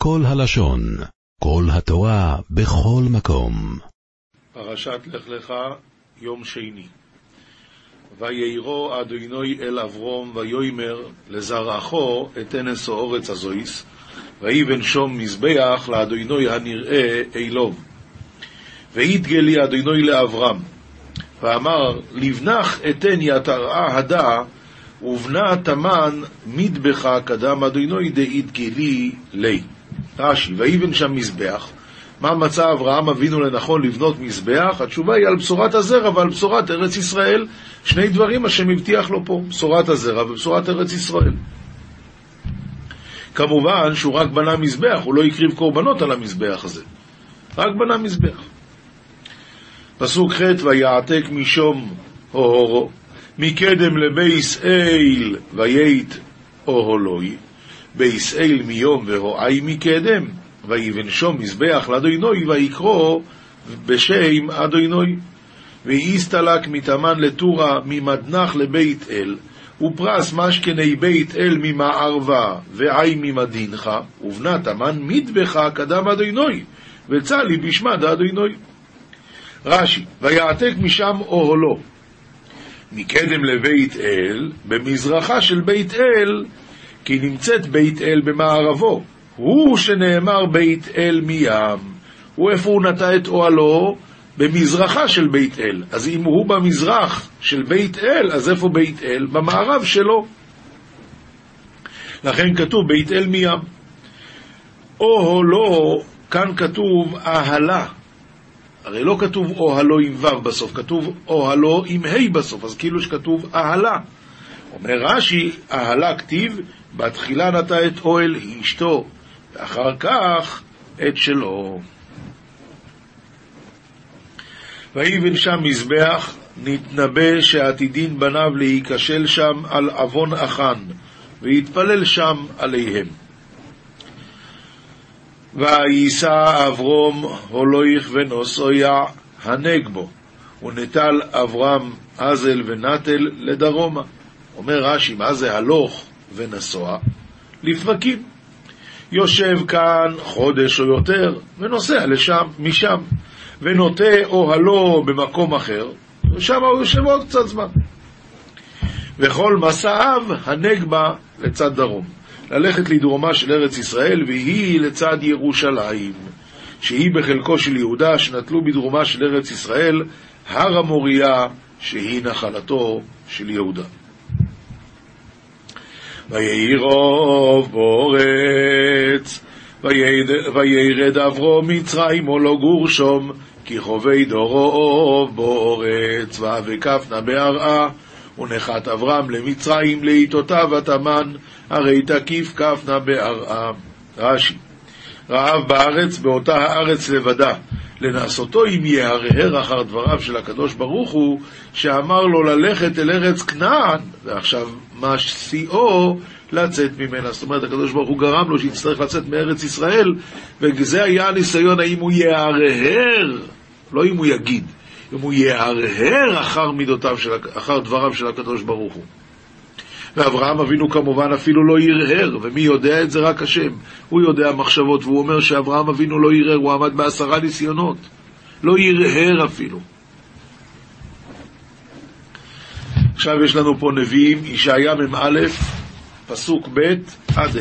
כל הלשון, כל התורה, בכל מקום. פרשת לך לך, יום שני. ויראו אדוני אל אברום ויאמר לזרעו אתן אשא אורץ הזויס, ויבן שום מזבח לאדוני הנראה אלוב. ויתגלי אדוני לאברהם ואמר לבנך אתן יתראה הדה ובנה תמן מטבחה קדם אדוני דהתגלי לי. רש"י, ויבן שם מזבח. מה מצא אברהם אבינו לנכון לבנות מזבח? התשובה היא על בשורת הזרע ועל בשורת ארץ ישראל. שני דברים השם הבטיח לו פה, בשורת הזרע ובשורת ארץ ישראל. כמובן שהוא רק בנה מזבח, הוא לא הקריב קורבנות על המזבח הזה, רק בנה מזבח. פסוק ח' ויעתק משום אוהרו מקדם לבייס אל וייט אוהלוי בייס אל מיום והועי מקדם ויבן שום מזבח לאדוני ויקרוא בשם אדוני. ויסתלק מתמן לתורה ממדנח לבית אל ופרס משכני בית אל ממערבה ועי ממדינך ובנה תמן מטבחה קדם אדוני וצלי בשמד אדוני. רש"י, ויעתק משם אוהלו מקדם לבית אל במזרחה של בית אל, כי נמצאת בית אל במערבו, הוא שנאמר בית אל מים. ואיפה הוא נטע את אוהלו? במזרחה של בית אל. אז אם הוא במזרח של בית אל, אז איפה בית אל? במערב שלו. לכן כתוב בית אל מים. אוהלו, כאן כתוב אהלה. הרי לא כתוב אוהלו עם ו' בסוף, כתוב אוהלו עם ה' בסוף, אז כאילו שכתוב אהלה. אומר רש"י, אהלה כתיב, בתחילה נטע את אוהל אשתו, ואחר כך את שלו. ויבן שם מזבח, נתנבא שעתידין בניו להיכשל שם על אבון אחן, ויתפלל שם עליהם. וייסע אברום הולך ונוסויה הנגבו, ונטל אברהם אזל ונטל לדרומה. אומר רש"י, מה זה הלוך ונסוע? לפרקים. יושב כאן חודש או יותר ונוסע לשם, משם, ונוטה אוהלו במקום אחר, ושם הוא יושב עוד קצת זמן. וכל מסעיו הנגבה לצד דרום, ללכת לדרומה של ארץ ישראל, והיא לצד ירושלים, שהיא בחלקו של יהודה, שנטלו בדרומה של ארץ ישראל, הר המוריה, שהיא נחלתו של יהודה. ויהי רוב בארץ, וירד אברום מצרים ולא גורשום, כי חובי דורו רוב בארץ, וקפנה בארעה, ונחת אברהם למצרים לעיתותיו התמן, הרי תקיף כפנה בארעה. רש"י, רעב בארץ, באותה הארץ לבדה, לנסותו אם יהרהר אחר דבריו של הקדוש ברוך הוא, שאמר לו ללכת אל ארץ כנען, ועכשיו מה שיאו לצאת ממנה. זאת אומרת, הקדוש ברוך הוא גרם לו שיצטרך לצאת מארץ ישראל, וזה היה הניסיון, האם הוא יהרהר, לא אם הוא יגיד, אם הוא יהרהר אחר דבריו של הקדוש ברוך הוא. ואברהם אבינו כמובן אפילו לא ירהר, ומי יודע את זה? רק השם. הוא יודע מחשבות, והוא אומר שאברהם אבינו לא ירהר, הוא עמד ב10 ניסיונות, לא ירהר אפילו. עכשיו יש לנו פה נביאים, ישעיה מ"א פסוק ב' עד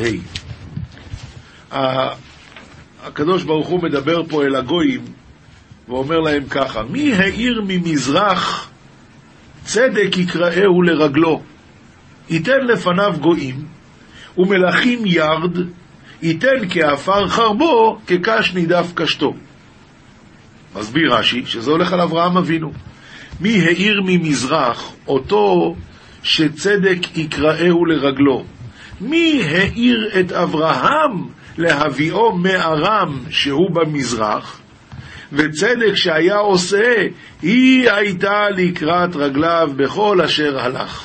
ה'. הקדוש ברוך הוא מדבר פה אל הגויים ואומר להם ככה: מי העיר ממזרח צדק יקראהו לרגלו, ייתן לפניו גויים ומלכים ירד, ייתן כעפר חרבו כקש נידף קשתו. מסביר רש"י שזה הולך על אברהם אבינו. מי העיר ממזרח? אותו שצדק יקראהו לרגלו. מי העיר את אברהם להביאו מארם שהוא במזרח? וצדק שהיה עושה, היא הייתה לקראת רגליו בכל אשר הלך.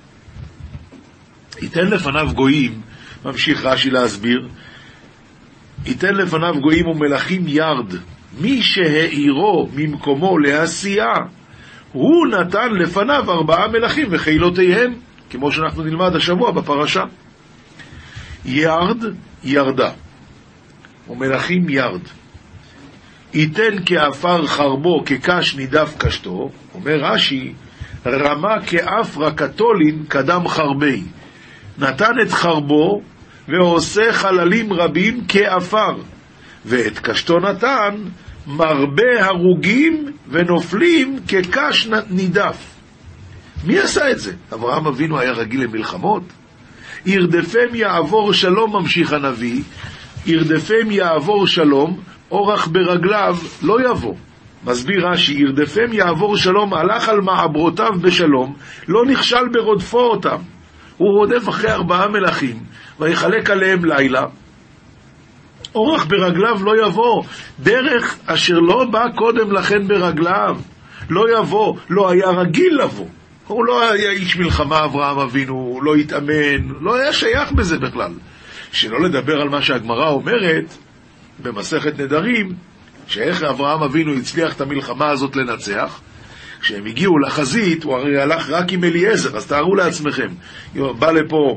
ייתן לפניו גויים, ממשיך רש"י להסביר, ייתן לפניו גויים ומלכים ירד. מי שהעירו ממקומו לעשייה, הוא נתן לפניו 4 מלכים וחילותיהם, כמו שאנחנו נלמד השבוע בפרשה. ירד, ירדה. ומלכים ירד. ייתן כאפר חרבו כקש נידף קשתו, אומר רש"י, רמה כאף רקתולין קדם חרבי. נתן את חרבו ועושה חללים רבים כאפר, ואת קשתו נתן מרבה הרוגים ונופלים כקש נידף. מי עשה את זה? אברהם אבינו היה רגיל למלחמות? ירדפם יעבור שלום, ממשיך הנביא, ירדפם יעבור שלום, אורח ברגליו לא יבוא. מסביר רש"י, ירדפם יעבור שלום, הלך על מעברותיו בשלום, לא נכשל ברודפו אותם. הוא רודף אחרי 4 מלכים, ויחלק עליהם לילה. אורח ברגליו לא יבוא, דרך אשר לא בא קודם לכן ברגליו, לא יבוא, לא היה רגיל לבוא. הוא לא היה איש מלחמה, אברהם אבינו, הוא לא התאמן, לא היה שייך בזה בכלל. שלא לדבר על מה שהגמרא אומרת במסכת נדרים, שאיך אברהם אבינו הצליח את המלחמה הזאת לנצח. כשהם הגיעו לחזית, הוא הרי הלך רק עם אליעזר, אז תארו לעצמכם, בא לפה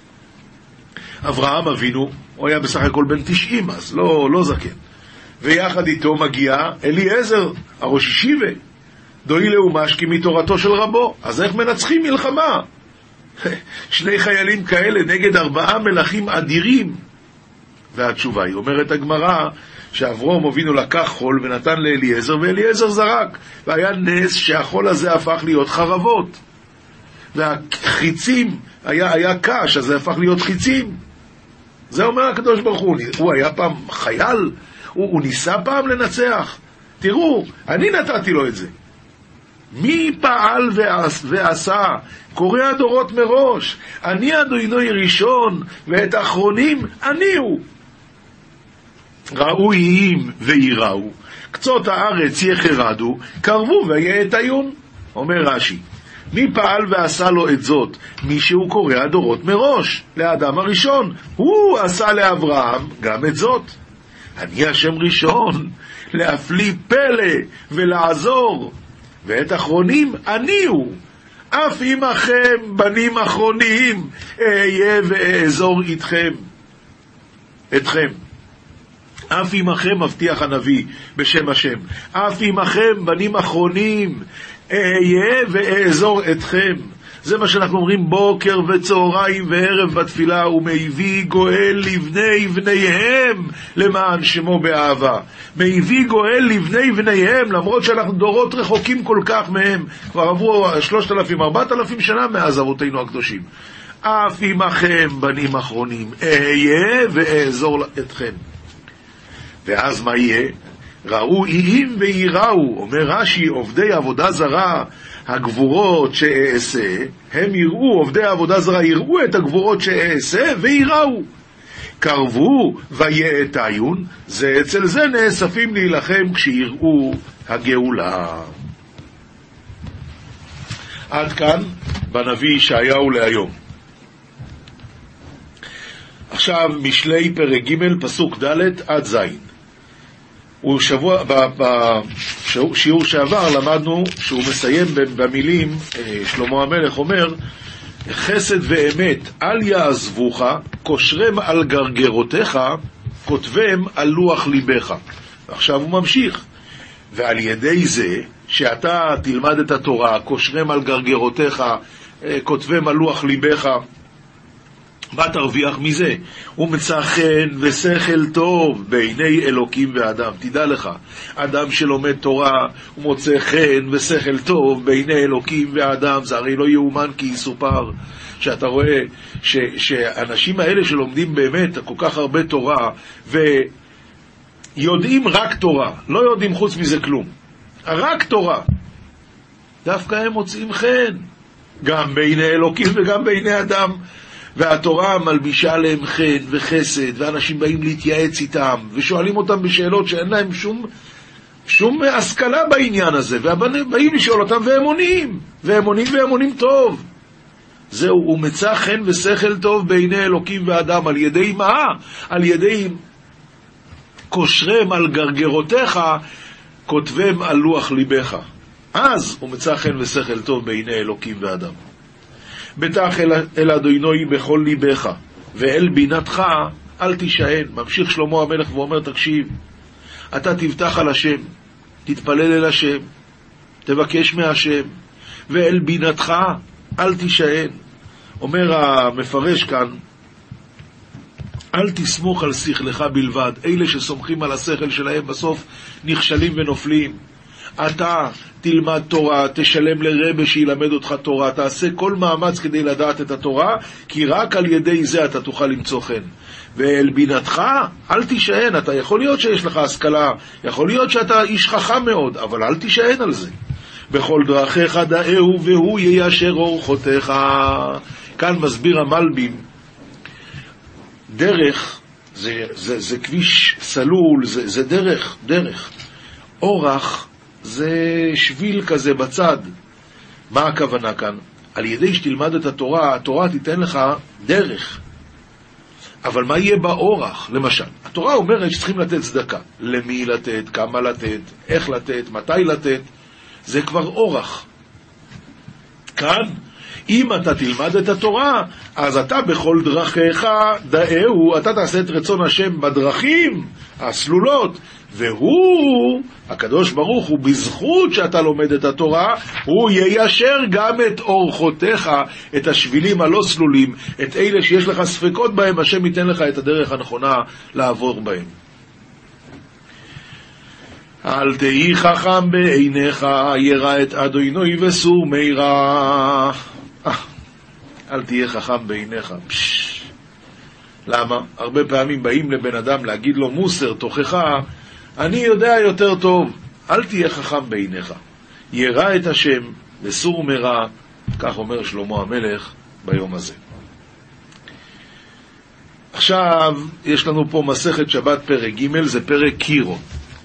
אברהם אבינו, הוא היה בסך הכל בן 90, אז לא זקן, ויחד איתו מגיע אליעזר, הראש ישיבה, דואי לאומשקי מתורתו של רבו. אז איך מנצחים מלחמה? 2 חיילים כאלה נגד 4 מלכים אדירים. והתשובה היא, אומרת הגמרא, שאברהם אבינו לקח חול ונתן לאליעזר, ואליעזר זרק, והיה נס שהחול הזה הפך להיות חרבות, והחיצים היה קש, אז זה הפך להיות חיצים. זה אומר הקדוש ברוך הוא היה פעם חייל, הוא ניסה פעם לנצח. תראו, אני נתתי לו את זה. מי פעל ועשה? קורא הדורות מראש. אני אדוני ראשון, ואת האחרונים אני הוא. ראו יהים ויראו, קצות הארץ יחרדו, קרבו ויעתיון. אומר רש"י, מי פעל ועשה לו את זאת? מי שהוא קורא הדורות מראש, לאדם הראשון. הוא עשה לאברהם גם את זאת. אני השם ראשון, להפליא פלא ולעזור, ואת אחרונים אני הוא. אף עמכם בנים אחרונים, אהיה ואעזור אתכם. אף עמכם, מבטיח הנביא בשם השם, אף עמכם בנים אחרונים, אהיה ואעזור אתכם. זה מה שאנחנו אומרים בוקר וצהריים וערב בתפילה, ומהביא גואל לבני בניהם למען שמו באהבה. מהביא גואל לבני בניהם, למרות שאנחנו דורות רחוקים כל כך מהם, כבר עברו 3,000-4,000 שנה מאז אבותינו הקדושים. אף עמכם בנים אחרונים, אהיה ואעזור אתכם. ואז מה יהיה? ראו יהים ויראו. אומר רש"י, עובדי עבודה זרה, הגבורות שאעשה, הם יראו, עובדי עבודה זרה יראו את הגבורות שאעשה ויראו. קרבו ויעתיון, זה אצל זה נאספים להילחם כשיראו הגאולה. עד כאן בנביא ישעיהו להיום. עכשיו משלי פרק ג' פסוק ד' עד ז'. בשיעור שעבר למדנו שהוא מסיים במילים, שלמה המלך אומר, חסד ואמת אל יעזבוך, קושרם על גרגרותיך, כותבם על לוח ליבך. עכשיו הוא ממשיך, ועל ידי זה שאתה תלמד את התורה, קושרם על גרגרותיך, כותבם על לוח ליבך, מה תרוויח מזה? הוא מצא חן ושכל טוב בעיני אלוקים ואדם. תדע לך, אדם שלומד תורה הוא מוצא חן ושכל טוב בעיני אלוקים ואדם. זה הרי לא יאומן כי יסופר, שאתה רואה שאנשים האלה שלומדים באמת כל כך הרבה תורה ויודעים רק תורה, לא יודעים חוץ מזה כלום, רק תורה, דווקא הם מוצאים חן גם בעיני אלוקים וגם בעיני אדם. והתורה מלבישה עליהם חן וחסד, ואנשים באים להתייעץ איתם ושואלים אותם בשאלות שאין להם שום השכלה בעניין הזה, ובאים לשאול אותם והם עונים טוב. זהו, הוא מצא חן ושכל טוב בעיני אלוקים ואדם. על ידי מה? על ידי קושרם על גרגרותיך, כותבם על לוח ליבך. אז הוא מצא חן ושכל טוב בעיני אלוקים ואדם. בטח אל אדוני בכל ליבך, ואל בינתך אל תישען. ממשיך שלמה המלך ואומר, תקשיב, אתה תבטח על השם, תתפלל אל השם, תבקש מהשם, ואל בינתך אל תישען. אומר המפרש כאן, אל תסמוך על שכלך בלבד. אלה שסומכים על השכל שלהם בסוף נכשלים ונופלים. אתה תלמד תורה, תשלם לרבה שילמד אותך תורה, תעשה כל מאמץ כדי לדעת את התורה, כי רק על ידי זה אתה תוכל למצוא חן. ואל בינתך אל תישען. אתה יכול להיות שיש לך השכלה, יכול להיות שאתה איש חכם מאוד, אבל אל תישען על זה. בכל דרכיך דאהו והוא יישר אורחותיך. כאן מסביר המלבים, דרך זה כביש סלול, זה דרך. אורח זה שביל כזה בצד. מה הכוונה כאן? על ידי שתלמד את התורה, התורה תיתן לך דרך. אבל מה יהיה באורח? למשל, התורה אומרת שצריכים לתת צדקה. למי לתת, כמה לתת, איך לתת, מתי לתת. זה כבר אורח. כאן, אם אתה תלמד את התורה, אז אתה בכל דרכיך דאהו, אתה תעשה את רצון השם בדרכים הסלולות, והוא, הקדוש ברוך הוא, בזכות שאתה לומד את התורה, הוא יישר גם את אורחותיך, את השבילים הלא סלולים, את אלה שיש לך ספקות בהם, השם ייתן לך את הדרך הנכונה לעבור בהם. אל תהי חכם בעיניך, ירא את אדוני וסור מירה. אל תהיה חכם בעיניך. למה? הרבה פעמים באים לבן אדם להגיד לו מוסר, תוכחה, אני יודע יותר טוב. אל תהיה חכם בעיניך. ירא את השם וסור מירה, כך אומר שלמה המלך ביום הזה. עכשיו יש לנו פה מסכת שבת פרק ג', זה פרק קירו.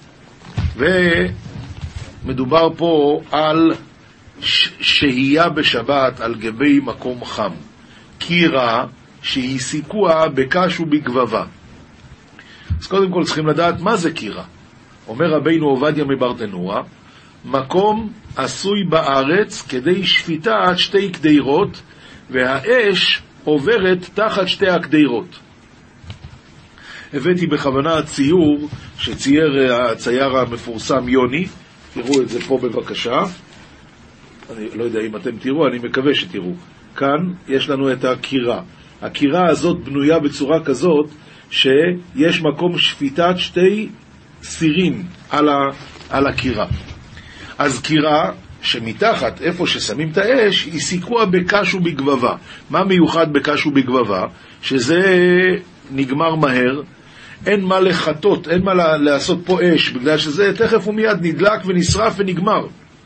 ומדובר פה על שהייה בשבת על גבי מקום חם. קירה שהיא סיכוע בקש ובגבבה. אז קודם כל צריכים לדעת מה זה קירה. אומר רבינו עובדיה מברטנורה, מקום עשוי בארץ כדי שפיטה עד 2 קדירות, והאש עוברת תחת 2 הקדירות. הבאתי בכוונה ציור שצייר הצייר המפורסם יוני, תראו את זה פה בבקשה. אני לא יודע אם אתם תראו, אני מקווה שתראו. כאן יש לנו את הקירה. הקירה הזאת בנויה בצורה כזאת שיש מקום שפיטת 2 סירים על הקירה. אז קירה שמתחת איפה ששמים את האש היא סיכוע בקש ובגבבה. מה מיוחד בקש ובגבבה? שזה נגמר מהר, אין מה לחטות, אין מה לעשות פה אש, בגלל שזה תכף ומיד נדלק ונשרף ונגמר.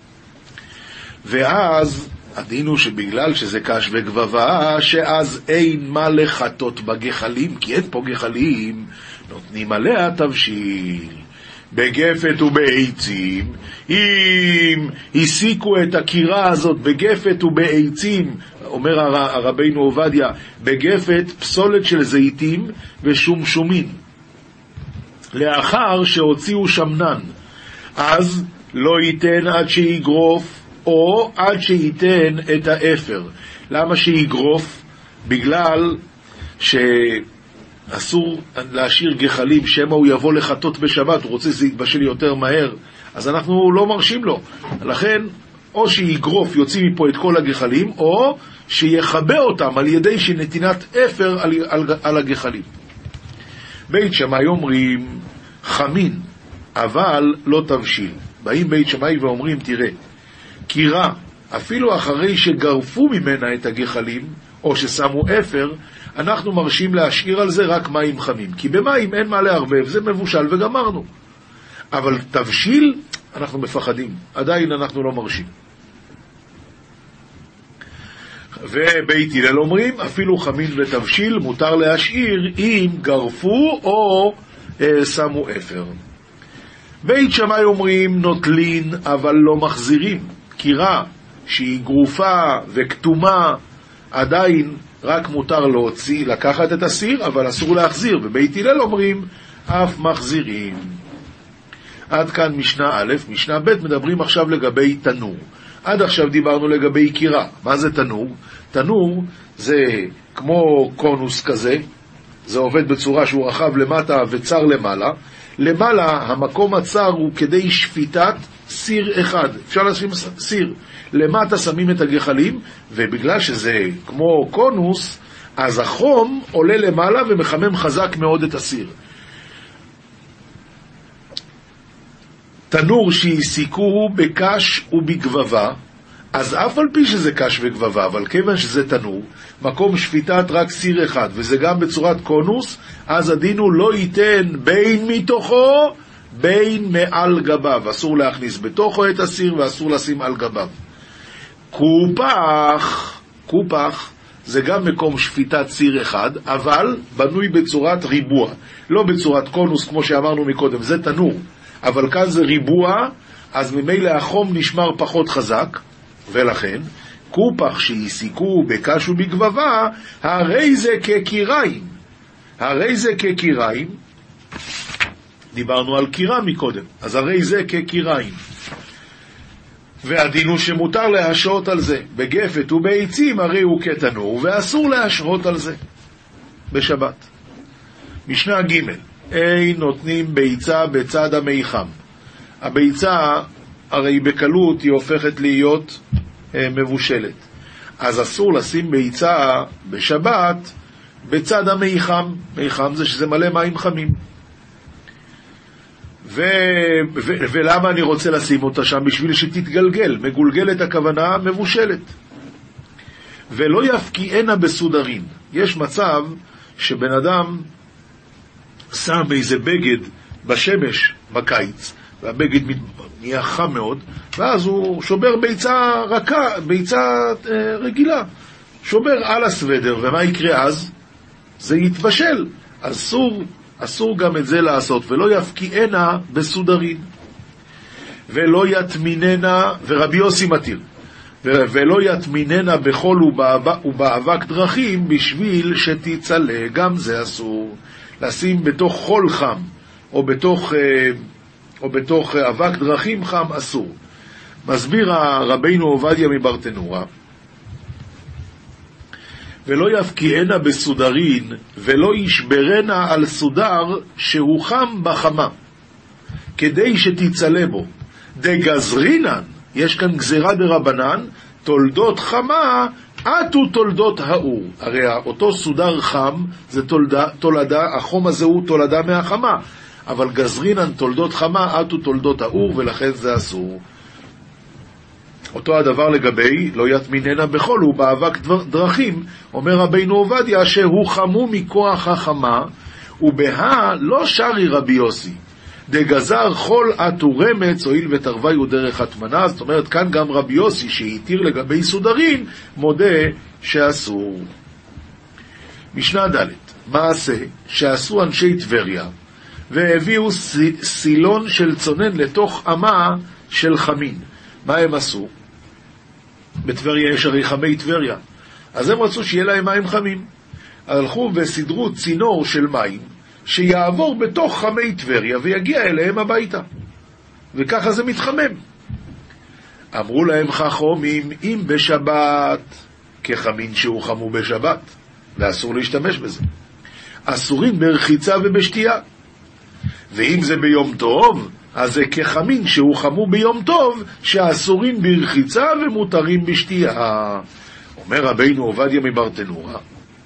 ואז הדין הוא שבגלל שזה קש וגבבה, שאז אין מה לחטות בגחלים, כי אין פה גחלים, נותנים עליה תבשיל. בגפת ובעצים, אם הסיקו את הקירה הזאת בגפת ובעצים, אומר הרבינו עובדיה, בגפת פסולת של זיתים ושומשומין, לאחר שהוציאו שמנן, אז לא ייתן עד שיגרוף, או עד שייתן את האפר. למה שיגרוף? בגלל שאסור להשאיר גחלים, שמה הוא יבוא לחטות בשבת, הוא רוצה שזה יתבשל יותר מהר, אז אנחנו לא מרשים לו. לכן או שיגרוף, יוציא מפה את כל הגחלים, או שיחבא אותם על ידי שנתינת אפר על הגחלים. בית שמאי אומרים חמין, אבל לא תבשיל. באים בית שמאי ואומרים, תראה, קירה, אפילו אחרי שגרפו ממנה את הגחלים, או ששמו אפר, אנחנו מרשים להשאיר על זה רק מים חמים. כי במים אין מה להרבב, זה מבושל וגמרנו. אבל תבשיל, אנחנו מפחדים. עדיין אנחנו לא מרשים. ובית הלל אומרים, אפילו חמין ותבשיל מותר להשאיר אם גרפו או שמו אפר. בית שמאי אומרים, נוטלין אבל לא מחזירים. קירה שהיא גרופה וכתומה, עדיין רק מותר להוציא, לקחת את הסיר, אבל אסור להחזיר. ובית הלל אומרים, אף מחזירים. עד כאן משנה א'. משנה ב' מדברים עכשיו לגבי תנור. עד עכשיו דיברנו לגבי קירה. מה זה תנור? תנור זה כמו קונוס כזה, זה עובד בצורה שהוא רחב למטה וצר למעלה. למעלה המקום הצר הוא כדי שפיטת סיר אחד, אפשר לשים סיר. למטה שמים את הגחלים, ובגלל שזה כמו קונוס, אז החום עולה למעלה ומחמם חזק מאוד את הסיר. תנור שהסיקוהו בקש ובגבבה, אז אף על פי שזה קש וגבבה, אבל כיוון שזה תנור, מקום שפיטת רק סיר אחד, וזה גם בצורת קונוס, אז הדין הוא לא ייתן בין מתוכו, בין מעל גביו. אסור להכניס בתוכו את הסיר, ואסור לשים על גביו. קופח, זה גם מקום שפיטת סיר אחד, אבל בנוי בצורת ריבוע. לא בצורת קונוס, כמו שאמרנו מקודם, זה תנור. אבל כאן זה ריבוע, אז ממילא החום נשמר פחות חזק, ולכן, קופח שהסיקו בקש ובגבבה, הרי זה כקיריים. הרי זה כקיריים, דיברנו על קירה מקודם, אז הרי זה כקיריים. והדין הוא שמותר להשרות על זה. בגפת וביצים הרי הוא כתנור, ואסור להשרות על זה בשבת. משנה ג' אין נותנים ביצה בצד המיחם. הביצה הרי בקלות היא הופכת להיות מבושלת, אז אסור לשים ביצה בשבת בצד המיחם. מיחם זה שזה מלא מים חמים. ולמה אני רוצה לשים אותה שם? בשביל שתתגלגל. מגולגלת הכוונה מבושלת. ולא יפקיענה בסודרים. יש מצב שבן אדם שם איזה בגד בשמש בקיץ, והבגד נהיה חם מאוד, ואז הוא שובר ביצה רגילה, שובר על הסוודר, ומה יקרה אז? זה יתבשל. אסור גם את זה לעשות. ולא יפקיענה בסודרים, ולא יתמיננה, ורבי יוסי מתיר, ולא יתמיננה בחול ובאבק דרכים בשביל שתצלה. גם זה אסור. לשים בתוך חול חם או בתוך אבק דרכים חם אסור. מסביר רבינו עובדיה מברטנורה, ולא יפקיענה בסודרין, ולא ישברנה על סודר שהוא חם בחמה, כדי שתצלה בו. דגזרינן, יש כאן גזירה דרבנן, תולדות חמה, עטו תולדות האור. הרי אותו סודר חם, זה תולדה, החום הזה הוא תולדה מהחמה, אבל גזרינן תולדות חמה, עטו תולדות האור, ולכן זה אסור. אותו הדבר לגבי לא יתמיננה בחול ובאבק דרכים. אומר רבינו עובדיה שהוא חמו מכוח החמה, ובהה לא שרי רבי יוסי דגזר חול עטו רמץ הועיל ותרוויו דרך התמנה. זאת אומרת, כאן גם רבי יוסי שהתיר לגבי סודרים מודה שאסור. משנה ד' מעשה שעשו אנשי טבריה והביאו סילון של צונן לתוך אמה של חמין. מה הם עשו? בטבריה יש הרי חמי טבריה, אז הם רצו שיהיה להם מים חמים. הלכו וסידרו צינור של מים שיעבור בתוך חמי טבריה ויגיע אליהם הביתה, וככה זה מתחמם. אמרו להם חכמים, אם בשבת כחמין שהוא חמו בשבת, ואסור להשתמש בזה, אסורים ברחיצה ובשתייה. ואם זה ביום טוב, אז זה כחמין שהוא חמו ביום טוב, שאסורים ברחיצה ומותרים בשתייה. אומר רבינו עובדיה מברטנורה,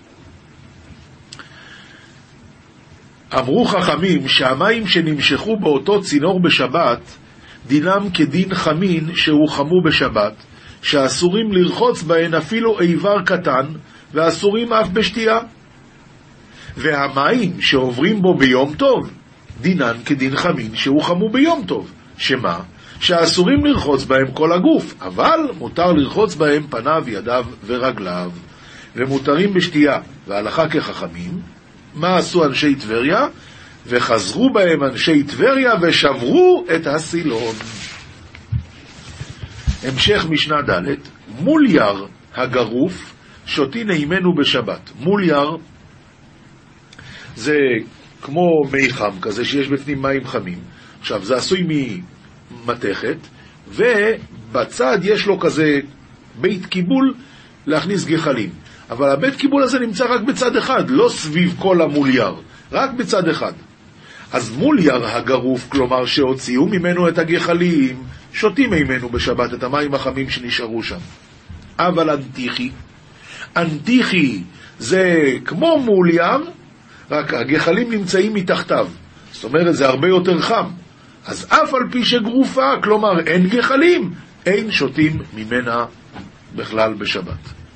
אמרו חכמים שהמים שנמשכו באותו צינור בשבת דינם כדין חמין שהוא חמו בשבת, שאסורים לרחוץ בהן אפילו איבר קטן, ואסורים אף בשתייה. והמים שעוברים בו ביום טוב דינן כדין חמין שהוא חמו ביום טוב, שמה? שאסורים לרחוץ בהם כל הגוף, אבל מותר לרחוץ בהם פניו, ידיו ורגליו, ומותרים בשתייה. והלכה כחכמים. מה עשו אנשי טבריה? וחזרו בהם אנשי טבריה ושברו את הסילון. המשך משנה ד' מולייר הגרוף שותין אימנו בשבת. מולייר זה כמו מי חם כזה שיש בפנים מים חמים. עכשיו זה עשוי ממתכת, ובצד יש לו כזה בית קיבול להכניס גחלים. אבל הבית קיבול הזה נמצא רק בצד אחד, לא סביב כל המולייר, רק בצד אחד. אז מולייר הגרוף, כלומר שהוציאו ממנו את הגחלים, שותים ממנו בשבת את המים החמים שנשארו שם. אבל אנטיחי זה כמו מולייר, רק הגחלים נמצאים מתחתיו. זאת אומרת, זה הרבה יותר חם. אז אף על פי שגרופה, כלומר אין גחלים, אין שותים ממנה בכלל בשבת.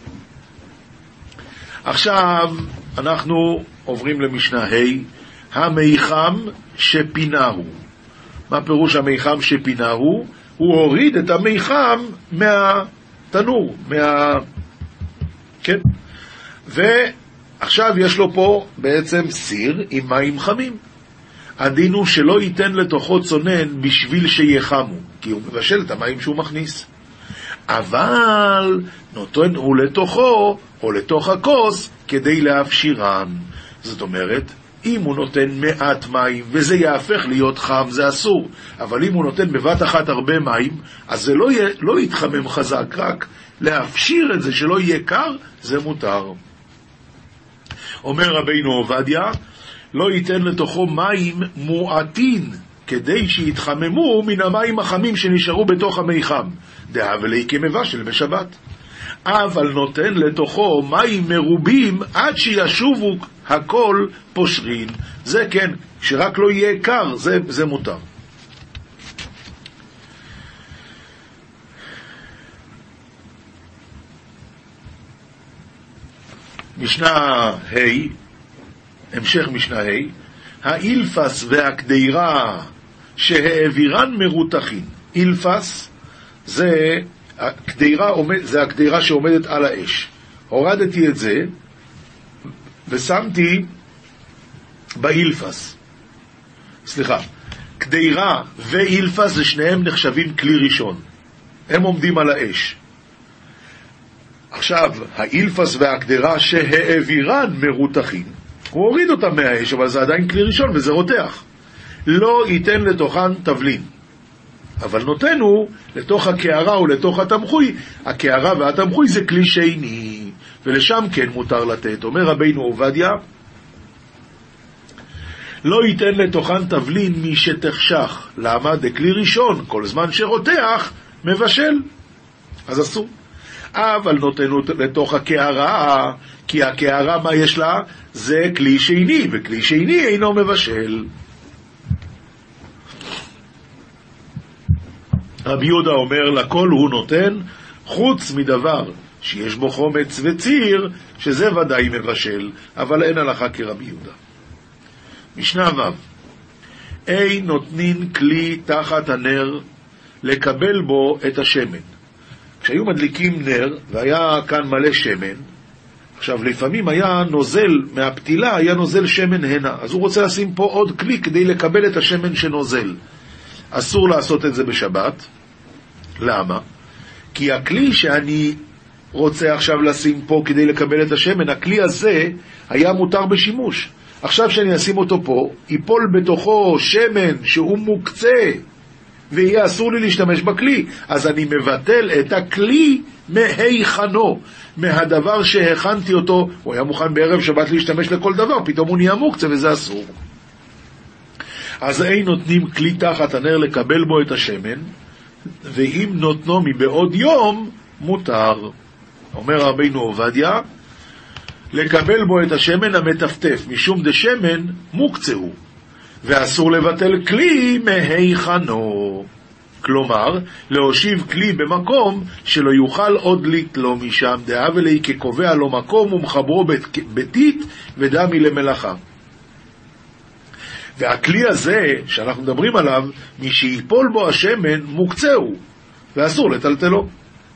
עכשיו אנחנו עוברים למשנה ה' המיחם שפינהו. מה פירוש המיחם שפינהו? הוא הוריד את המיחם מהתנור, כן. ועכשיו יש לו פה בעצם סיר עם מים חמים. הדין הוא שלא ייתן לתוכו צונן בשביל שיחמו, כי הוא מבשל את המים שהוא מכניס. אבל נותן הוא לתוכו או לתוך הכוס כדי להפשירן. זאת אומרת, אם הוא נותן מעט מים וזה יהפך להיות חם, זה אסור. אבל אם הוא נותן בבת אחת הרבה מים, אז זה לא יתחמם חזק, רק להפשיר את זה שלא יהיה קר, זה מותר. אומר רבינו עובדיה, לא ייתן לתוכו מים מועטין, כדי שיתחממו מן המים החמים שנשארו בתוך המיחם. דהבלי כמבשל בשבת. אבל נותן לתוכו מים מרובים עד שישובו הכל פושרין. זה כן, שרק לא יהיה קר, זה מותר. משנה ה', המשך משנה ה', האילפס והקדירה שהעבירן מרותחין. אילפס זה הקדירה שעומדת על האש. הורדתי את זה ושמתי באילפס. סליחה, קדירה ואילפס זה שניהם נחשבים כלי ראשון. הם עומדים על האש. עכשיו, האילפס והקדירה שהעבירן מרותחין, הוא הוריד אותם מהאש, אבל זה עדיין כלי ראשון וזה רותח. לא ייתן לתוכן תבלין, אבל נותנו לתוך הקערה או לתוך התמחוי. הקערה והתמחוי זה כלי שני, ולשם כן מותר לתת. אומר רבינו עובדיה, לא ייתן לתוכן תבלין מי שתחשך. למה? דכלי ראשון, כל זמן שרותח מבשל, אז אסור. אבל נותנו לתוך הקערה, כי הקערה מה יש לה? זה כלי שני, וכלי שני אינו מבשל. רבי יהודה אומר, לכל הוא נותן, חוץ מדבר שיש בו חומץ וציר, שזה ודאי מבשל, אבל אין הלכה כרבי יהודה. משנה ו', אין נותנין כלי תחת הנר לקבל בו את השמן. כשהיו מדליקים נר והיה כאן מלא שמן, עכשיו לפעמים היה נוזל מהפתילה, היה נוזל שמן הנה, אז הוא רוצה לשים פה עוד כלי כדי לקבל את השמן שנוזל. אסור לעשות את זה בשבת. למה? כי הכלי שאני רוצה עכשיו לשים פה כדי לקבל את השמן, הכלי הזה היה מותר בשימוש. עכשיו שאני אשים אותו פה, ייפול בתוכו שמן שהוא מוקצה, ויהיה אסור לי להשתמש בכלי. אז אני מבטל את הכלי מהיכנו, מהדבר שהכנתי אותו. הוא היה מוכן בערב שבת להשתמש לכל דבר, פתאום הוא נהיה מוקצה וזה אסור. אז אין נותנים כלי תחת הנר לקבל בו את השמן, ואם נותנו מבעוד יום, מותר. אומר רבינו עובדיה, לקבל בו את השמן המטפטף, משום דשמן מוקצה הוא, ואסור לבטל כלי מהיכנו. כלומר, להושיב כלי במקום שלא יוכל עוד לתלו משם, דהבלי כקובע לו מקום ומחברו ביתית ודמי למלאכה. והכלי הזה שאנחנו מדברים עליו, מי שיפול בו השמן מוקצהו, ואסור לטלטלו.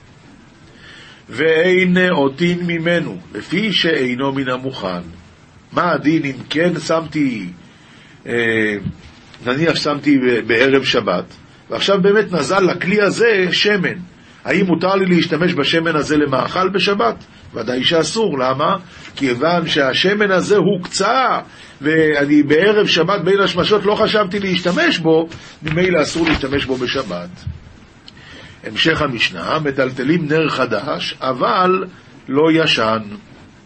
ואין אותין ממנו, לפי שאינו מן המוכן. מה הדין אם כן שמתי, נניח שמתי בערב שבת, ועכשיו באמת נזל לכלי הזה שמן. האם מותר לי להשתמש בשמן הזה למאכל בשבת? ודאי שאסור. למה? כיוון שהשמן הזה הוקצה, ואני בערב שבת בין השמשות לא חשבתי להשתמש בו, ממילא אסור להשתמש בו בשבת. המשך המשנה, מטלטלים נר חדש, אבל לא ישן.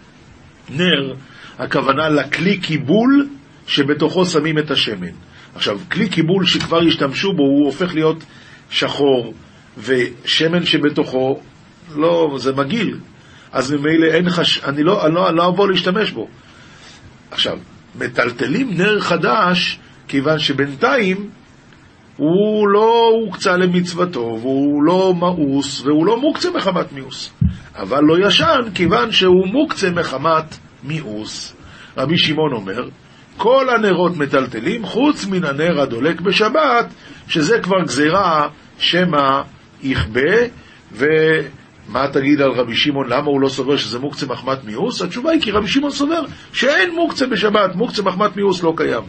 נר, הכוונה לכלי קיבול שבתוכו שמים את השמן. עכשיו, כלי קיבול שכבר השתמשו בו, הוא הופך להיות שחור, ושמן שבתוכו, לא, זה מגיל. אז ממילא אני לא אבוא להשתמש בו. עכשיו, מטלטלים נר חדש, כיוון שבינתיים הוא לא הוקצה למצוותו, והוא לא מאוס, והוא לא מוקצה מחמת מיאוס. אבל לא ישן, כיוון שהוא מוקצה מחמת מיאוס. רבי שמעון אומר, כל הנרות מטלטלים, חוץ מן הנר הדולק בשבת, שזה כבר גזירה שמא יכבה. ומה תגיד על רבי שמעון, למה הוא לא סובר שזה מוקצה מחמת מיאוס? התשובה היא כי רבי שמעון סובר שאין מוקצה בשבת, מוקצה מחמת מיאוס לא קיים.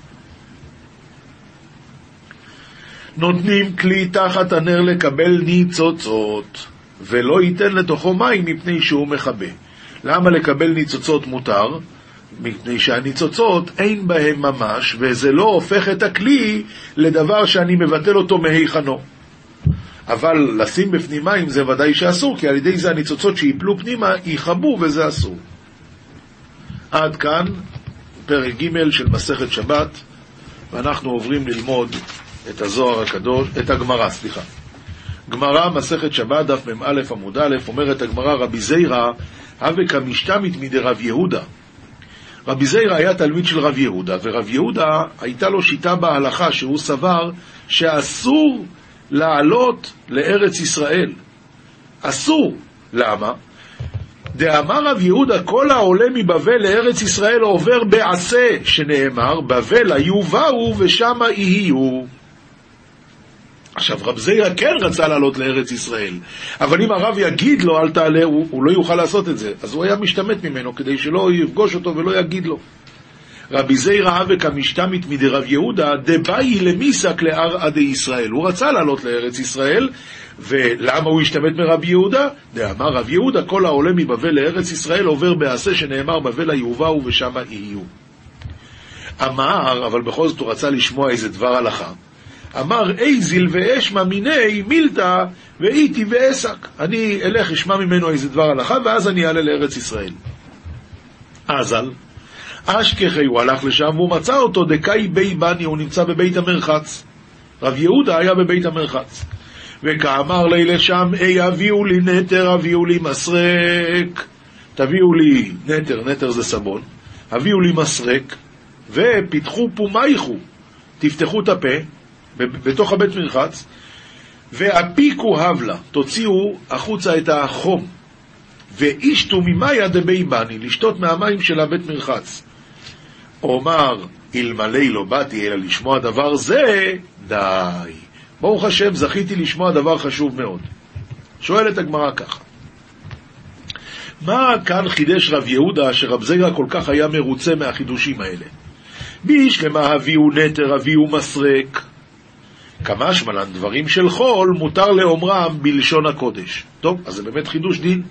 נותנים כלי תחת הנר לקבל ניצוצות, ולא ייתן לתוכו מים מפני שהוא מכבה. למה לקבל ניצוצות מותר? מפני שהניצוצות אין בהם ממש, וזה לא הופך את הכלי לדבר שאני מבטל אותו מהיכנו. אבל לשים בפנים מים זה ודאי שאסור, כי על ידי זה הניצוצות שיפלו פנימה ייחבו, וזה אסור. עד כאן פרק ג' של מסכת שבת, ואנחנו עוברים ללמוד את הזוהר הקדוש, את הגמרא, סליחה. גמרא, מסכת שבת, דף מ"א עמוד א', אומרת הגמרא, רבי זיירא, הווה כמשתמית מדרב יהודה. רבי זיירא היה תלמיד של רב יהודה, ורב יהודה הייתה לו שיטה בהלכה שהוא סבר שאסור לעלות לארץ ישראל. אסור. למה? דאמר רב יהודה, כל העולה מבבל לארץ ישראל עובר בעשה, שנאמר, בבל היו באו ושמה יהיו. עכשיו, רב זיירא כן רצה לעלות לארץ ישראל, אבל אם הרב יגיד לו אל תעלה, הוא לא יוכל לעשות את זה, אז הוא היה משתמט ממנו כדי שלא יפגוש אותו ולא יגיד לו. רבי זיירא הווה כמשתמית מדרב יהודה, דבאי למיסק לערעא דישראל. הוא רצה לעלות לארץ ישראל, ולמה הוא השתמט מרבי יהודה? דאמר רב יהודה, כל העולה מבבל לארץ ישראל עובר בעשה, שנאמר בבל היו באו ושמה יהיו. אמר, אבל בכל זאת הוא רצה לשמוע איזה דבר הלכה. אמר איזיל ואשמע מיני מילתא ואיתי ועסק. אני אלך אשמע ממנו איזה דבר הלכה, ואז אני אעלה לארץ ישראל. אזל אשכחי, הוא הלך לשם והוא מצא אותו דקאי בי בני, הוא נמצא בבית המרחץ. רב יהודה היה בבית המרחץ, וכאמר לי לשם, הביאו לי נטר, הביאו לי מסרק. תביאו לי נטר, נטר זה סבון, הביאו לי מסרק, ופיתחו פומייכו, תפתחו את הפה בתוך הבית מרחץ, ואפיקו הבלה, תוציאו החוצה את החום, ואישתו ממאיה דבי בני, לשתות מהמים של הבית מרחץ. אומר, אלמלא לא באתי אלא לשמוע דבר זה, די. ברוך השם, זכיתי לשמוע דבר חשוב מאוד. שואלת הגמרא ככה, מה כאן חידש רב יהודה שרב זיירא כל כך היה מרוצה מהחידושים האלה? בישלמה הביאו נטר, הביאו מסרק. כמשמע לן דברים של חול מותר לאומרם בלשון הקודש. טוב, אז זה באמת חידוש דין.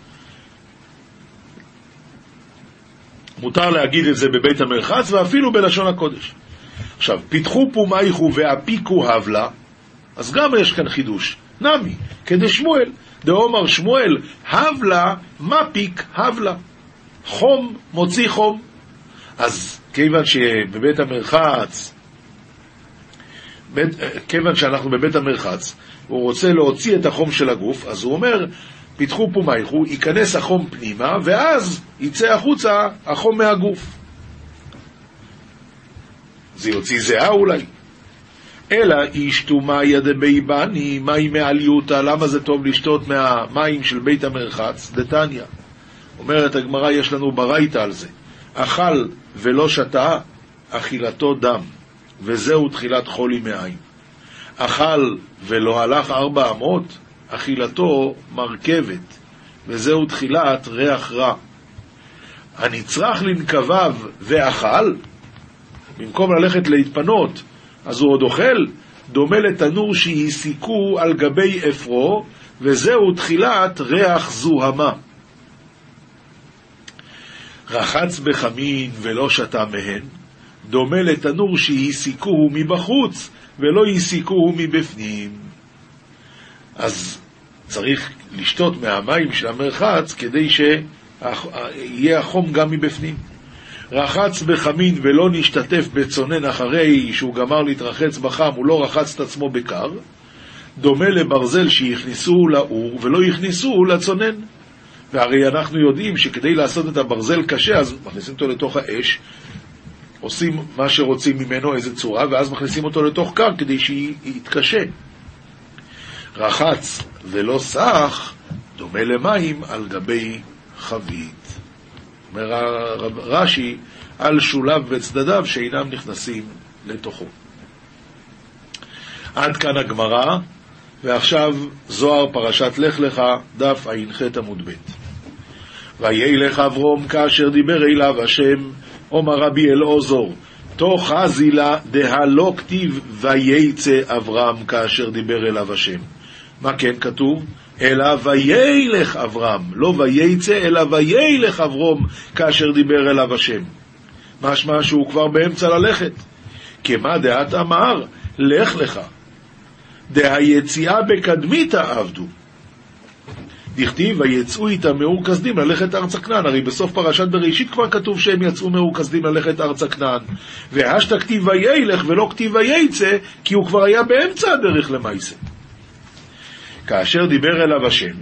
מותר להגיד את זה בבית המרחץ ואפילו בלשון הקודש. עכשיו, פיתחו פומייכו ואפיקו הבלה, אז גם יש כאן חידוש. נמי, כדשמואל, דאמר שמואל, הבלה מפיק הבלה. חום מוציא חום. אז כיוון שבבית המרחץ, כיוון שאנחנו בבית המרחץ, הוא רוצה להוציא את החום של הגוף, אז הוא אומר, פיתחו פומייכו, ייכנס החום פנימה, ואז יצא החוצה החום מהגוף. זה יוציא זהה אולי. אלא ישתו מאיה דבי בני, מים מעליותה. למה זה טוב לשתות מהמים של בית המרחץ? דתניא. אומרת הגמרא, יש לנו ברייתא על זה. אכל ולא שתה, אכילתו דם, וזהו תחילת חולי מעיים. אכל ולא הלך 400, אכילתו מרכבת, וזהו תחילת ריח רע. הנצרך לנקביו ואכל, במקום ללכת להתפנות, אז הוא עוד אוכל, דומה לתנור שהסיקו על גבי אפרו, וזהו תחילת ריח זוהמה. רחץ בחמין ולא שתה מהן, דומה לתנור שהסיקוהו מבחוץ ולא הסיקוהו מבפנים. אז צריך לשתות מהמים של המרחץ כדי יהיה החום גם מבפנים. רחץ בחמין ולא נשתתף בצונן אחרי שהוא גמר להתרחץ בחם, הוא לא רחץ את עצמו בקר, דומה לברזל שיכניסו לאור ולא יכניסו לצונן. והרי אנחנו יודעים שכדי לעשות את הברזל קשה, אז מכניסים אותו לתוך האש, עושים מה שרוצים ממנו, איזה צורה, ואז מכניסים אותו לתוך קר כדי שיתקשה. רחץ ולא סח דומה למים על גבי חבית. אומר רש"י, על שוליו וצדדיו שאינם נכנסים לתוכו. עד כאן הגמרא, ועכשיו זוהר פרשת לך לך, דף ע"ח עמוד ב'. וילך אברום כאשר דיבר אליו השם, אומר רבי אלעזר, תוך חזילה דהלא כתיב וייצא אברהם כאשר דיבר אליו השם. מה כן כתוב? אלא וילך אברהם, לא וייצא, אלא וילך אברום כאשר דיבר אליו השם. משמע שהוא כבר באמצע ללכת. כמה דעת אמר, לך לך. דהיציאה בקדמית עבדו. דכתיב ויצאו איתם מאור כסדים ללכת ארץ כנען. הרי בסוף פרשת בראשית כבר כתוב שהם יצאו מאור כסדים ללכת ארץ כנען. והשת כתיב וילך ולא כתיב וייצא, כי הוא כבר היה באמצע הדרך למעשה. כאשר דיבר אליו השם,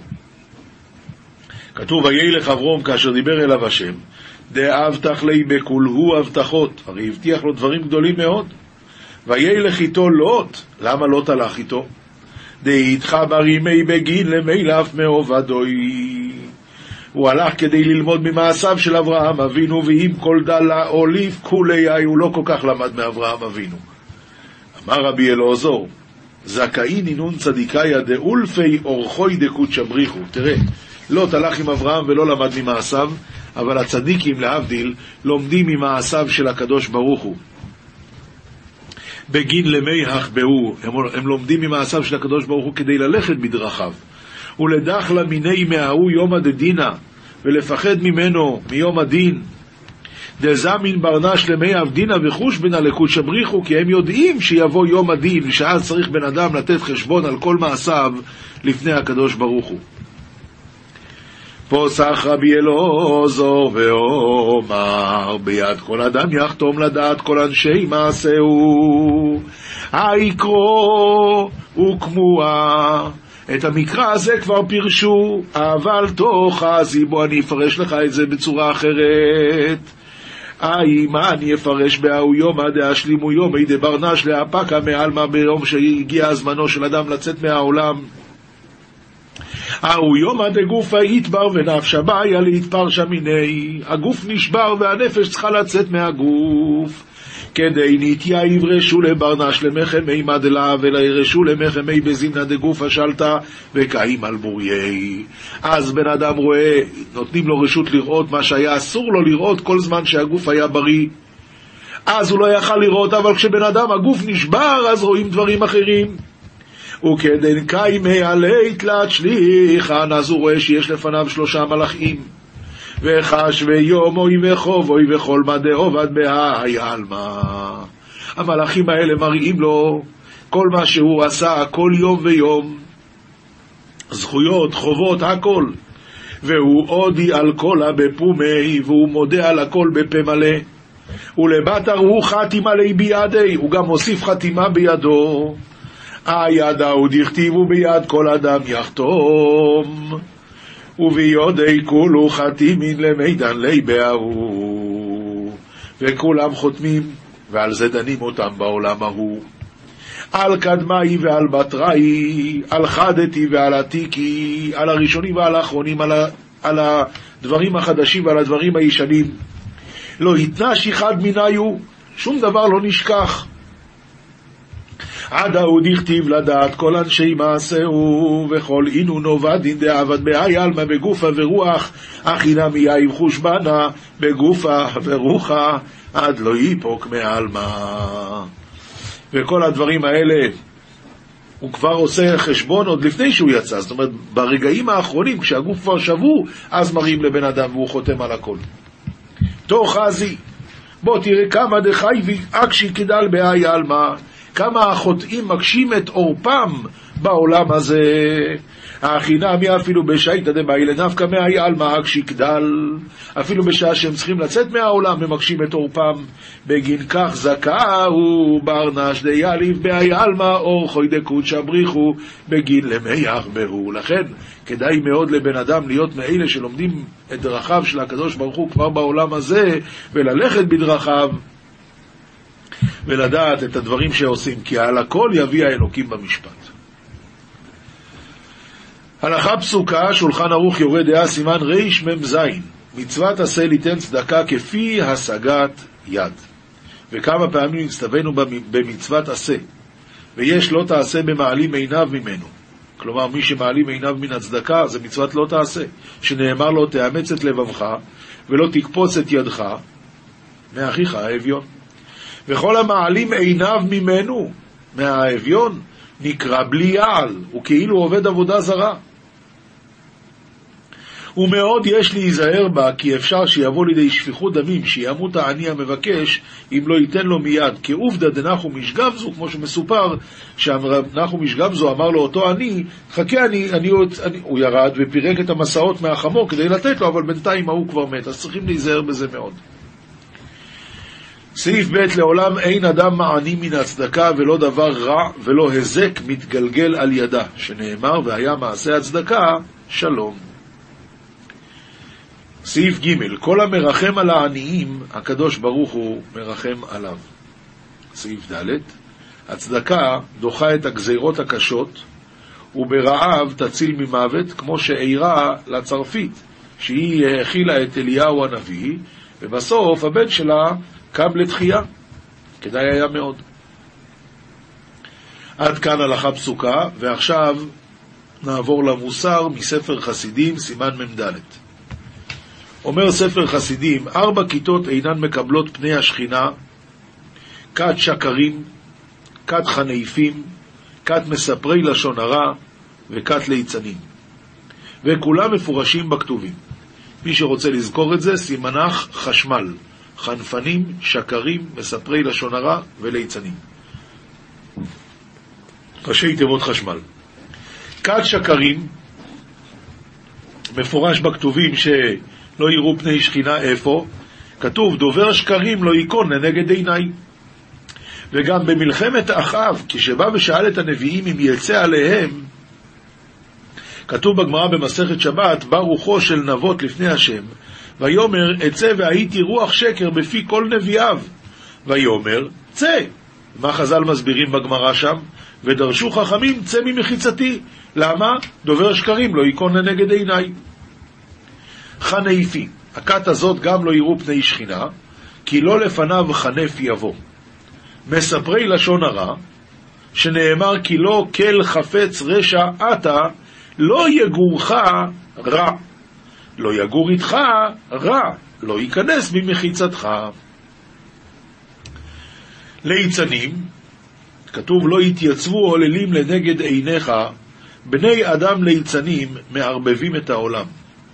כתוב וילך אברום כאשר דיבר אליו השם, דאבטח לי בכולהו הבטחות, הרי הבטיח לו דברים גדולים מאוד. וילך איתו לוט, למה לוט הלך איתו? דהתחבר ימי בגין למילף מעובדוי, הוא הלך כדי ללמוד ממעשיו של אברהם אבינו, ואם כל דלה אוליף כולי, הוא לא כל כך למד מאברהם אבינו. אמר רבי אלעזר, זכאי נינון צדיקאיה דאולפי אורחוי דקות שבריחו. תראה, לוט הלך עם אברהם ולא למד ממעשיו, אבל הצדיקים להבדיל לומדים ממעשיו של הקדוש ברוך הוא. בגין למי החבאו, הם לומדים ממעשיו של הקדוש ברוך הוא כדי ללכת בדרכיו. ולדח למיני מההוא יום הדדינה, ולפחד ממנו מיום הדין. דזמין ברנש למי אבדינה וחוש בנה לקות שבריחו, כי הם יודעים שיבוא יום הדין, ושאז צריך בן אדם לתת חשבון על כל מעשיו לפני הקדוש ברוך הוא. פוסח רבי אלעזר ואומר, ביד כל אדם יחתום לדעת כל אנשי מעשהו, העיקרו וכמוה. את המקרא הזה כבר פירשו, אבל תוך בוא אני אפרש לך את זה בצורה אחרת. מה אני אפרש באהו יומא דאשלימו יומי דברנש להפקה מעלמא, ביום שהגיע הזמנו של אדם לצאת מהעולם. אהו יומא דגופא יתבר ונפשא בעיה להתפרשה מיני, הגוף נשבר והנפש צריכה לצאת מהגוף. כדי נתיה יברשו לברנש למחמי מדלה ולרשו למחמי בזימנה דגופה שלטה וקאים על בוריי. אז בן אדם רואה, נותנים לו רשות לראות מה שהיה אסור לו לראות כל זמן שהגוף היה בריא, אז הוא לא יכל לראות, אבל כשבן אדם הגוף נשבר אז רואים דברים אחרים. וכדן קיימי עלי תלת שליחן, אז הוא רואה שיש לפניו 3 מלאכים, וחש ויום אוי וחוב אוי וכל מדי עובד בהי אלמה. המלאכים האלה מראים לו כל מה שהוא עשה כל יום ויום, זכויות, חובות, הכל. והוא עודי על כל בפומי, והוא מודה על הכל בפה מלא. ולבטר הוא חתימה לי בידי, הוא גם מוסיף חתימה בידו. הידע הוא דכתיבו ביד כל אדם יחתום, וביודי כולו חתימין למידן לי בהרו. וכולם חותמים, ועל זה דנים אותם בעולם ההוא. על קדמאי ועל בתראי, על חדתי ועל עתיקי, על הראשונים ועל האחרונים, על הדברים החדשים ועל הדברים הישנים. לא יתנש אחד מניו, שום דבר לא נשכח. עד ההוא דכתיב לדעת כל אנשי מעשהו, וכל אינו נובדין דעבד בהי אלמה בגופה ורוח, אכינה מי חושבנה בגופה ורוחה, עד לא ייפוק מעלמה. וכל הדברים האלה הוא כבר עושה חשבון עוד לפני שהוא יצא, זאת אומרת ברגעים האחרונים כשהגוף כבר שבור, אז מראים לבן אדם והוא חותם על הכל. תוך חזי, בוא תראה כמה דחי ואקשי כדל בהי אלמה, כמה החוטאים מקשים את עורפם בעולם הזה. החינמי אפילו בשייטא דמאי נפקא מאי עלמא כשיקדל, אפילו בשעה שהם צריכים לצאת מהעולם הם מקשים את עורפם. בגין כך זכאו ברנש דיאליב באי עלמא אורחוי דקודשא בריחו בגין למי יחברו. לכן כדאי מאוד לבן אדם להיות מאלה שלומדים את דרכיו של הקדוש ברוך הוא כבר בעולם הזה, וללכת בדרכיו ולדעת את הדברים שעושים, כי על הכל יביא האלוקים במשפט. הלכה פסוקה, שולחן ערוך יורה דעה, סימן ריש מ"ז, מצוות עשה ליתן צדקה כפי השגת יד. וכמה פעמים הצטווינו במצוות עשה, ויש לא תעשה במעלים עיניו ממנו. כלומר, מי שמעלים עיניו מן הצדקה, זה מצוות לא תעשה, שנאמר לו תאמץ את לבבך ולא תקפוץ את ידך מאחיך האביון. וכל המעלים עיניו ממנו, מהאביון, נקרא בלי יעל, הוא כאילו עובד עבודה זרה. ומאוד יש להיזהר בה, כי אפשר שיבוא לידי שפיכות דמים, שימות העני המבקש, אם לא ייתן לו מיד. כעובדא דנחום איש גמזו, כמו שמסופר, שנחום איש גמזו אמר לו אותו עני, חכה, הוא ירד ופירק את המסעות מהחמור כדי לתת לו, אבל בינתיים הוא כבר מת, אז צריכים להיזהר בזה מאוד. סעיף ב' לעולם אין אדם מעני מן הצדקה ולא דבר רע ולא הזק מתגלגל על ידה, שנאמר והיה מעשה הצדקה שלום. סעיף ג' כל המרחם על העניים הקדוש ברוך הוא מרחם עליו. סעיף ד' הצדקה דוחה את הגזירות הקשות וברעב תציל ממוות, כמו שאירה לצרפית שהיא האכילה את אליהו הנביא ובסוף הבן שלה קם לתחייה. כדאי היה מאוד. עד כאן הלכה פסוקה, ועכשיו נעבור למוסר מספר חסידים סימן מ"ד. אומר ספר חסידים, 4 כיתות אינן מקבלות פני השכינה, כת שקרים, כת חניפים, כת מספרי לשון הרע וכת ליצנים, וכולם מפורשים בכתובים. מי שרוצה לזכור את זה, סימנך חשמל, חנפנים, שקרים, מספרי לשון הרע וליצנים. ראשי תיבות חשמל. כת שקרים, מפורש בכתובים שלא יראו פני שכינה. איפה? כתוב דובר שקרים לא ייכון לנגד עיניי. וגם במלחמת אחאב, כשבא ושאל את הנביאים אם יצא עליהם, כתוב בגמרא במסכת שבת, בא רוחו של נבות לפני השם, ויאמר אצא והייתי רוח שקר בפי כל נביאיו, ויאמר צא. מה חז"ל מסבירים בגמרא שם? ודרשו חכמים צא ממחיצתי. למה? דובר שקרים לא ייכון לנגד עיניי. חניפי, הכת הזאת גם לא יראו פני שכינה, כי לא לפניו חנף יבוא. מספרי לשון הרע, שנאמר כי לא כל חפץ רשע אתה, לא יגורך רע. לא יגור איתך רע, לא ייכנס ממחיצתך. ליצנים, כתוב לא יתייצבו עוללים לנגד עיניך, בני אדם ליצנים מערבבים את העולם.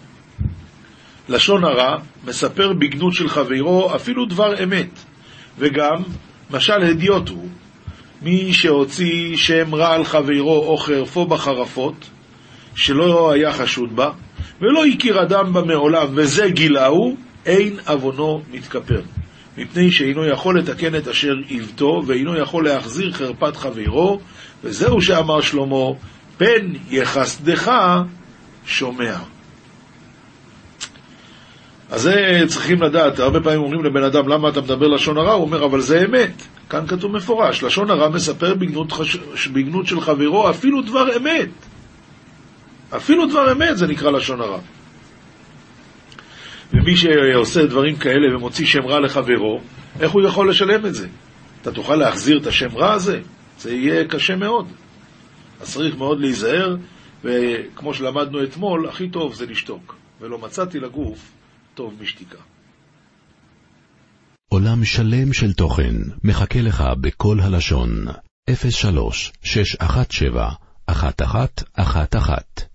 לשון הרע מספר בגנות של חברו אפילו דבר אמת, וגם משל הדיוט הוא, מי שהוציא שם רע על חברו או חרפו בחרפות שלא היה חשוד בה, ולא הכיר אדם בה מעולם, וזה גילאו, אין אבונו מתכפר, מפני שאינו יכול לתקן את אשר עיוותו, ואינו יכול להחזיר חרפת חברו, וזהו שאמר שלמה, פן יחסדך שומע. אז זה צריכים לדעת. הרבה פעמים אומרים לבן אדם, למה אתה מדבר לשון הרע? הוא אומר, אבל זה אמת. כאן כתוב מפורש, לשון הרע מספר בגנות של חברו, אפילו דבר אמת. אפילו דבר אמת זה נקרא לשון הרע. ומי שעושה דברים כאלה ומוציא שם רע לחברו, איך הוא יכול לשלם את זה? אתה תוכל להחזיר את השם רע הזה? זה יהיה קשה מאוד. אז צריך מאוד להיזהר, וכמו שלמדנו אתמול, הכי טוב זה לשתוק. ולא מצאתי לגוף טוב משתיקה. עולם שלם של תוכן מחכה לך בכל הלשון. 03-617-1111